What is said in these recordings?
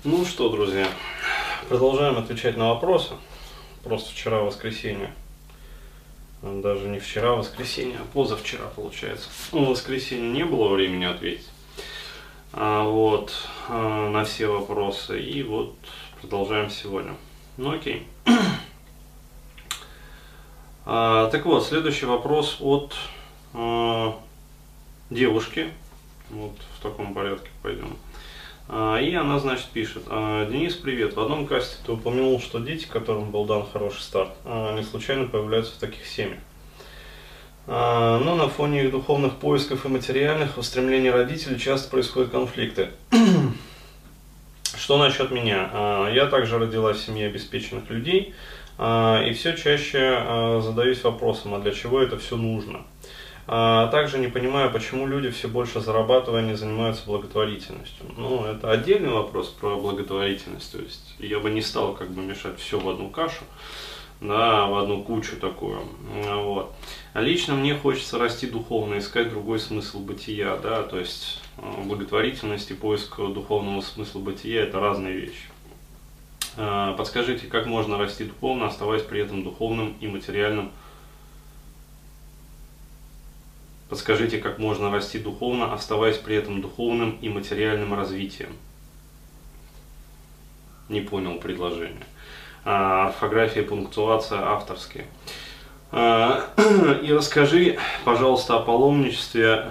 Ну что, друзья, продолжаем отвечать на вопросы. Просто вчера воскресенье, даже не вчера воскресенье, а позавчера получается. В воскресенье не было времени ответить на все вопросы. И вот продолжаем сегодня. Ну окей. Так вот, следующий вопрос от девушки. Вот в таком порядке пойдем. И она, значит, пишет: Денис, привет. В одном касте ты упомянул, что дети, которым был дан хороший старт, не случайно появляются в таких семьях. Но на фоне их духовных поисков и материальных устремлений родителей часто происходят конфликты. Что насчет меня? Я также родилась в семье обеспеченных людей, и все чаще задаюсь вопросом, а для чего это все нужно? Также не понимаю, почему люди все больше зарабатывая не занимаются благотворительностью. Ну, это отдельный вопрос про благотворительность. То есть я бы не стал мешать все в одну кашу, да, в одну кучу такую. Вот. А лично мне хочется расти духовно, искать другой смысл бытия, да, то есть благотворительность и поиск духовного смысла бытия – это разные вещи. Подскажите, как можно расти духовно, оставаясь при этом духовным и материальным? Подскажите, как можно расти духовно, оставаясь при этом духовным и материальным развитием? Не понял предложение. Орфография, пунктуация, авторские. И расскажи, пожалуйста, о паломничестве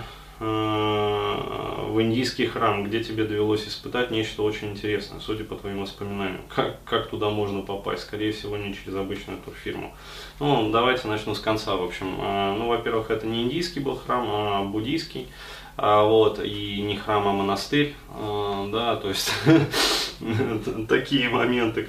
в индийский храм, где тебе довелось испытать нечто очень интересное, судя по твоим воспоминаниям. Как туда можно попасть? Скорее всего, не через обычную турфирму. Ну, давайте начну с конца, в общем. Ну, во-первых, это не индийский был храм, а буддийский. И не храм, а монастырь. Да, то есть такие моменты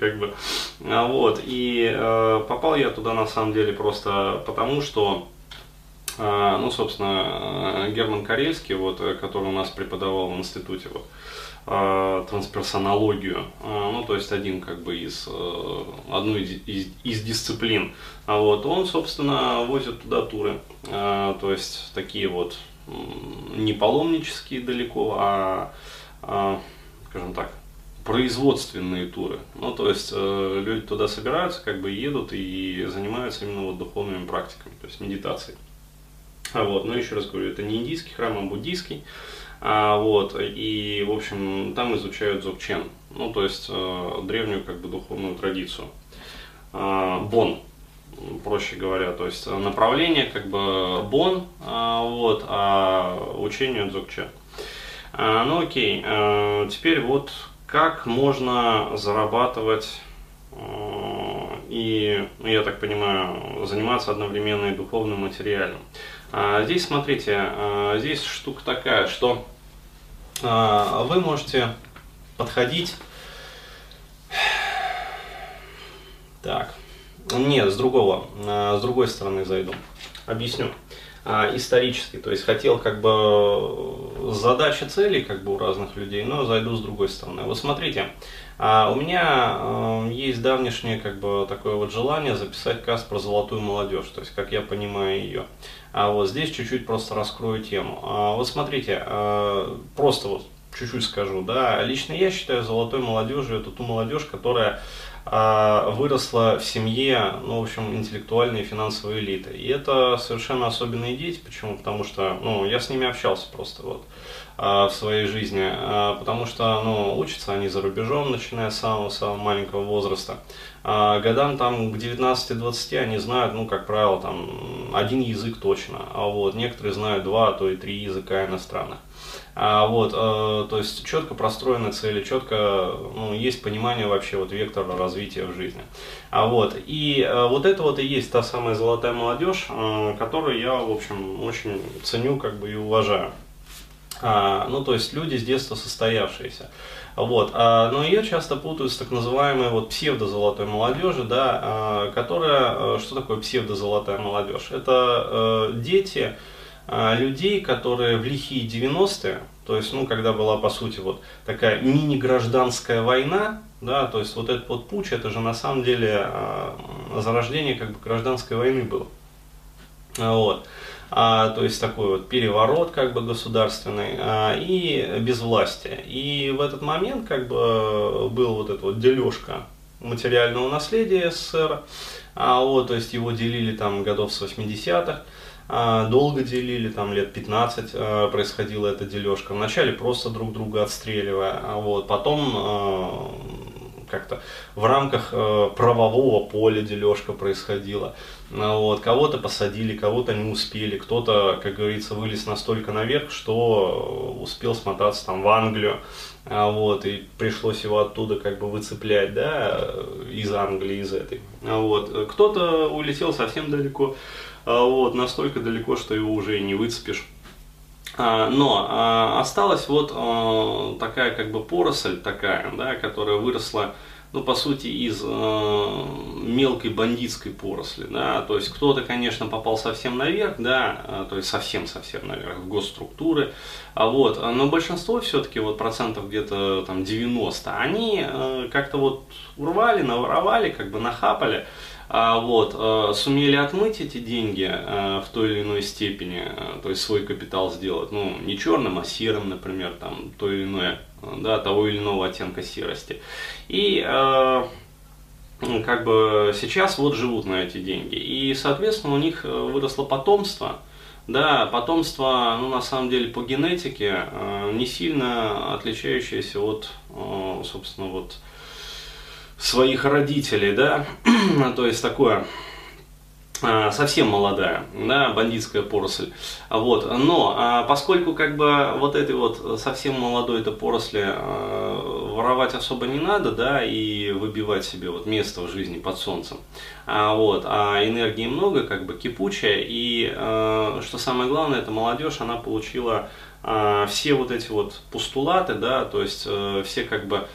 И попал я туда на самом деле просто потому, что собственно, Герман Карельский, который у нас преподавал в институте трансперсонологию, то есть одну из дисциплин, он, собственно, возит туда туры, то есть такие не паломнические далеко, скажем так, производственные туры. То есть люди туда собираются, едут и занимаются именно духовными практиками, то есть медитацией. Но еще раз говорю, это не индийский храм, а буддийский. И, в общем, там изучают дзогчен, то есть древнюю духовную традицию. Бон, проще говоря, то есть направление бон, а учение дзогчен. Окей, теперь как можно зарабатывать и, я так понимаю, заниматься одновременно и духовным, и материальным. Здесь, смотрите, здесь штука такая, что вы можете подходить... Так, нет, с другой стороны зайду. Объясню. Исторически, то есть хотел задачи целей у разных людей, но зайду с другой стороны. Вот смотрите, у меня есть давнешнее такое желание записать каст про золотую молодежь, то есть как я понимаю ее. Здесь чуть-чуть просто раскрою тему. Смотрите, просто чуть-чуть скажу, да, лично я считаю золотой молодежью это ту молодежь, которая выросла в семье, в общем, интеллектуальной и финансовой элиты. И это совершенно особенные дети. Почему? Потому что, я с ними общался просто в своей жизни. Потому что, учатся они за рубежом, начиная с самого маленького возраста. Годам к 19-20 они знают, как правило, один язык точно. Некоторые знают 2, а то и 3 языка иностранных. То есть четко простроены цели, четко есть понимание вообще вектора развития в жизни. И это и есть та самая золотая молодежь, которую я, в общем, очень ценю и уважаю. То есть люди с детства состоявшиеся. Но ее часто путают с так называемой псевдозолотой молодежью, да, которая, что такое псевдозолотая молодежь? Это дети людей, которые в лихие 90-е, то есть, когда была, по сути, такая мини-гражданская война, да, то есть этот путч, это же на самом деле зарождение гражданской войны было. то есть такой вот переворот как бы государственный, и безвластие. И в этот момент как бы был вот эта вот дележка материального наследия СССР, вот, то есть его делили там годов с 80-х, долго делили, там лет 15 происходила эта дележка. Вначале просто друг друга отстреливая, вот, потом как-то в рамках правового поля дележка происходила. Вот, кого-то посадили, кого-то не успели, кто-то, как говорится, вылез настолько наверх, что успел смотаться там в Англию, вот, и пришлось его оттуда как бы выцеплять, да, из Англии, из этой. Вот. Кто-то улетел совсем далеко, вот, настолько далеко, что его уже и не выцепишь. Но осталась вот такая как бы поросль такая, да, которая выросла, ну, по сути, из мелкой бандитской поросли, да, то есть кто-то, конечно, попал совсем наверх, да, то есть совсем-совсем наверх, в госструктуры, вот, но большинство все-таки, вот, процентов где-то там 90, они как-то вот урвали, наворовали, как бы нахапали, вот, сумели отмыть эти деньги в той или иной степени, то есть свой капитал сделать, ну, не черным, а серым, например, там, то или иное, да, того или иного оттенка серости. И как бы сейчас вот живут на эти деньги. И, соответственно, у них выросло потомство. Да, потомство, ну, на самом деле, по генетике не сильно отличающееся от, собственно, вот своих родителей, да, то есть такое совсем молодая, да, бандитская поросль, вот, но поскольку как бы вот этой вот совсем молодой этой поросли воровать особо не надо, да, и выбивать себе вот место в жизни под солнцем, вот, а энергии много, как бы кипучая, и что самое главное, эта молодежь, она получила все вот эти вот постулаты, да, то есть все как бы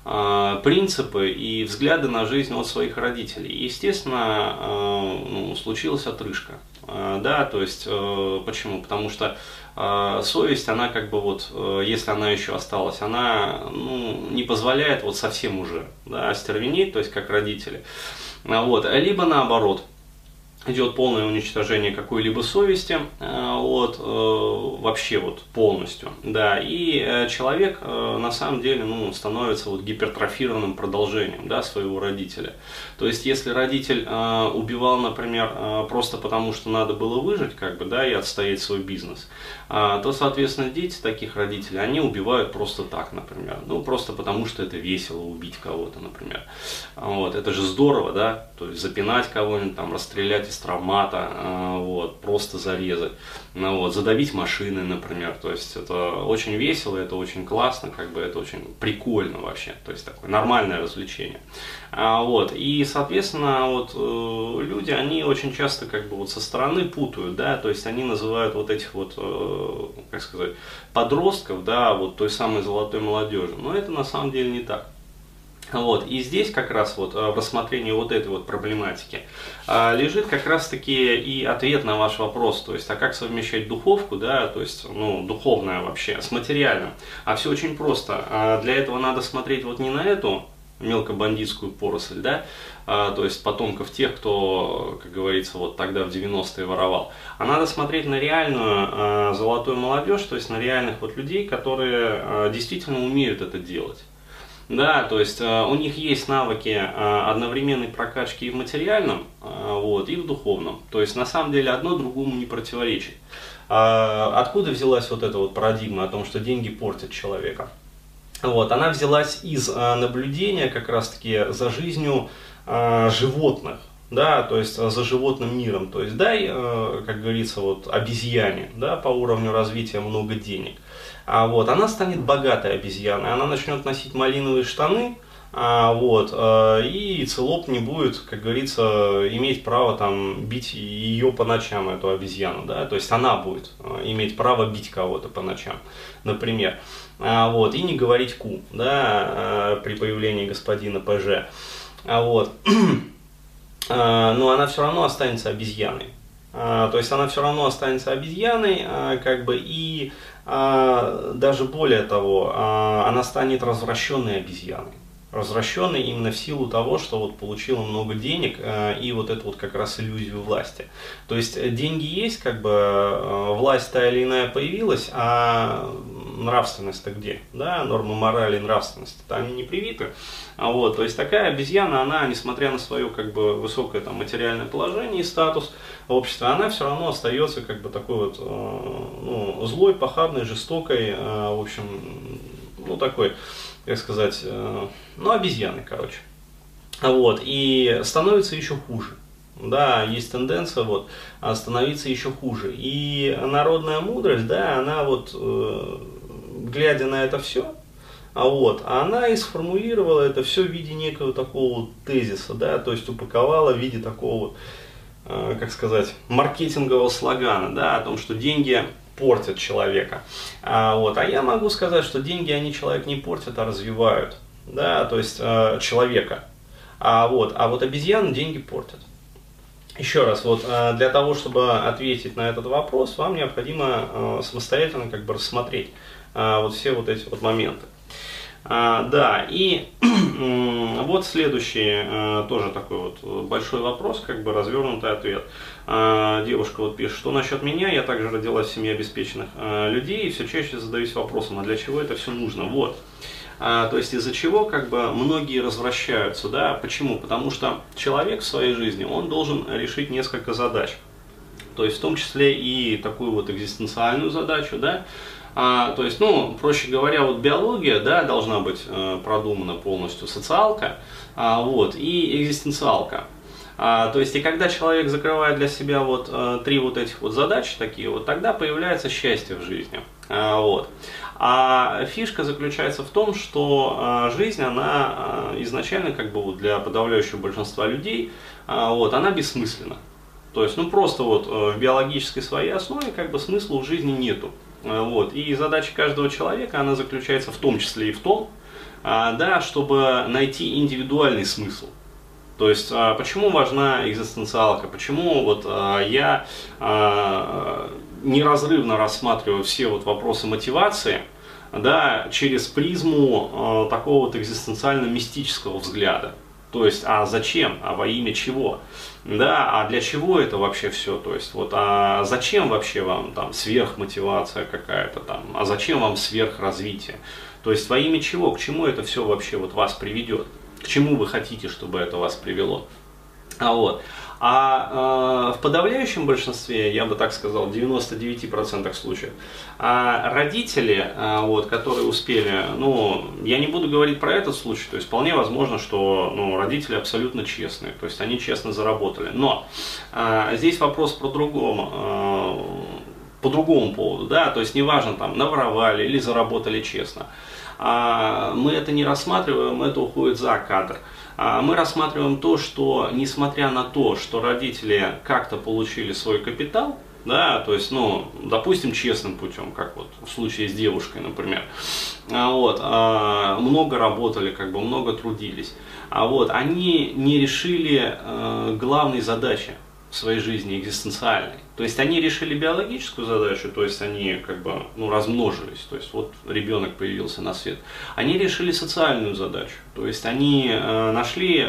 принципы и взгляды на жизнь от своих родителей. И, естественно, ну, случилась отрыжка. Да, то есть, почему? Потому что совесть, она как бы вот, если она еще осталась, она, ну, не позволяет вот совсем уже, да, остервенеть, то есть как родители. Вот. Либо наоборот, идет полное уничтожение какой-либо совести, вот, вообще вот полностью, да, и человек на самом деле, ну, становится вот гипертрофированным продолжением, да, своего родителя. То есть, если родитель убивал, например, просто потому, что надо было выжить, как бы, да, и отстоять свой бизнес, то, соответственно, дети таких родителей, они убивают просто так, например, ну, просто потому, что это весело убить кого-то, например, вот, это же здорово, да, то есть запинать кого-нибудь, там, расстрелять из травмата, вот, просто зарезать, ну, вот, задавить машины, например, то есть это очень весело, это очень классно, как бы это очень прикольно вообще, то есть такое нормальное развлечение, вот, и, соответственно, вот люди, они очень часто как бы вот со стороны путают, да, то есть они называют вот этих вот, как сказать, подростков, да, вот той самой золотой молодежи, но это на самом деле не так. Вот, и здесь как раз вот в рассмотрении вот этой вот проблематики лежит как раз таки и ответ на ваш вопрос, то есть, а как совмещать духовку, да, то есть, ну, духовное вообще с материальным, а все очень просто, для этого надо смотреть вот не на эту мелкобандитскую поросль, да, то есть потомков тех, кто, как говорится, вот тогда в 90-е воровал, а надо смотреть на реальную золотую молодежь, то есть на реальных вот людей, которые действительно умеют это делать. Да, то есть у них есть навыки одновременной прокачки и в материальном, вот, и в духовном. То есть на самом деле одно другому не противоречит. Откуда взялась вот эта вот парадигма о том, что деньги портят человека? Вот, она взялась из наблюдения как раз-таки за жизнью животных. Да, то есть за животным миром, то есть дай, как говорится, вот обезьяне, да, по уровню развития много денег, вот, она станет богатой обезьяной, она начнет носить малиновые штаны, вот, и целоп не будет, как говорится, иметь право там бить ее по ночам, эту обезьяну, да, то есть она будет иметь право бить кого-то по ночам, например, вот, и не говорить ку, да, при появлении господина ПЖ, вот. Но она все равно останется обезьяной. То есть она все равно останется обезьяной, как бы, и даже более того, она станет развращенной обезьяной. Развращенный именно в силу того, что вот получила много денег и вот эту вот как раз иллюзию власти. То есть деньги есть, как бы власть та или иная появилась, а нравственность-то где? Да, нормы морали и нравственности-то они не привиты. Вот, то есть такая обезьяна, она, несмотря на свое как бы высокое там материальное положение и статус общества, она все равно остается как бы такой вот ну, злой, похабной, жестокой, в общем, ну такой, как сказать, ну обезьяной, короче. Вот, и становится еще хуже. Да, есть тенденция вот становиться еще хуже. И народная мудрость, да, она вот, глядя на это все, она и сформулировала это все в виде некого такого вот тезиса, да, то есть упаковала в виде такого вот, как сказать, маркетингового слогана, да, о том, что деньги портят человека. А я могу сказать, что деньги, они человека не портят, а развивают, да, то есть человека. А вот обезьяны деньги портят. Еще раз, вот для того, чтобы ответить на этот вопрос, вам необходимо самостоятельно как бы рассмотреть вот все вот эти вот моменты. Да, и вот следующий тоже такой вот большой вопрос, как бы развернутый ответ. Девушка вот пишет, что насчет меня, я также родилась в семье обеспеченных людей и все чаще задаюсь вопросом, а для чего это все нужно? Вот. То есть из-за чего как бы многие развращаются, да? Почему? Потому что человек в своей жизни, он должен решить несколько задач. То есть в том числе и такую вот экзистенциальную задачу, да? То есть, ну, проще говоря, вот биология, да, должна быть продумана полностью, социалка, и экзистенциалка. То есть, и когда человек закрывает для себя вот три вот этих вот задачи такие, вот тогда появляется счастье в жизни. А фишка заключается в том, что жизнь, она изначально, как бы вот для подавляющего большинства людей, она бессмысленна. То есть, ну, просто вот в биологической своей основе, как бы смысла в жизни нету. И задача каждого человека, она заключается в том числе и в том, да, чтобы найти индивидуальный смысл. То есть, почему важна экзистенциалка, почему вот я неразрывно рассматриваю все вот вопросы мотивации, да, через призму такого вот экзистенциально-мистического взгляда. То есть, а зачем, а во имя чего, да, а для чего это вообще все, то есть, вот, а зачем вообще вам там сверхмотивация какая-то там, а зачем вам сверхразвитие, то есть, во имя чего, к чему это все вообще вот вас приведет, к чему вы хотите, чтобы это вас привело, в подавляющем большинстве, я бы так сказал, 99% случаев, родители, которые успели, я не буду говорить про этот случай, то есть вполне возможно, что родители абсолютно честные, то есть они честно заработали. Но здесь вопрос по другому поводу, да, то есть неважно, там, наворовали или заработали честно. Мы это не рассматриваем, это уходит за кадр. Мы рассматриваем то, что несмотря на то, что родители как-то получили свой капитал, да, то есть, допустим, честным путем, как вот в случае с девушкой, например, много работали, как бы много трудились, они не решили главной задачи в своей жизни экзистенциальной. То есть они решили биологическую задачу, то есть они как бы размножились, то есть вот ребенок появился на свет. Они решили социальную задачу, то есть они нашли,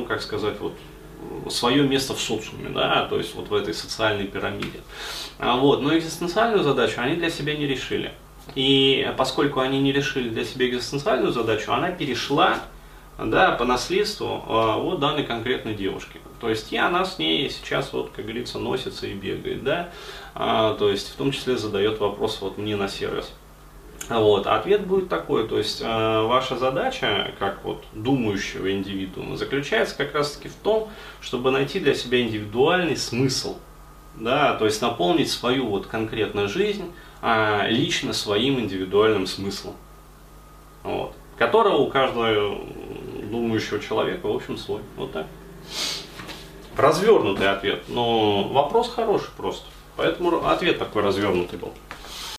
свое место в социуме, да, то есть вот в этой социальной пирамиде. Но экзистенциальную задачу они для себя не решили. И поскольку они не решили для себя экзистенциальную задачу, она перешла, да, по наследству вот данной конкретной девушки. То есть и она с ней сейчас, вот, как говорится, носится и бегает, да, то есть в том числе задает вопрос вот мне на сервис. Ответ будет такой, то есть ваша задача, как вот думающего индивидуума, заключается как раз таки в том, чтобы найти для себя индивидуальный смысл, да, то есть наполнить свою вот конкретную жизнь лично своим индивидуальным смыслом, которого у каждого думающего человека, в общем, свой. Вот так. Развернутый ответ, но вопрос хороший просто, поэтому ответ такой развернутый был.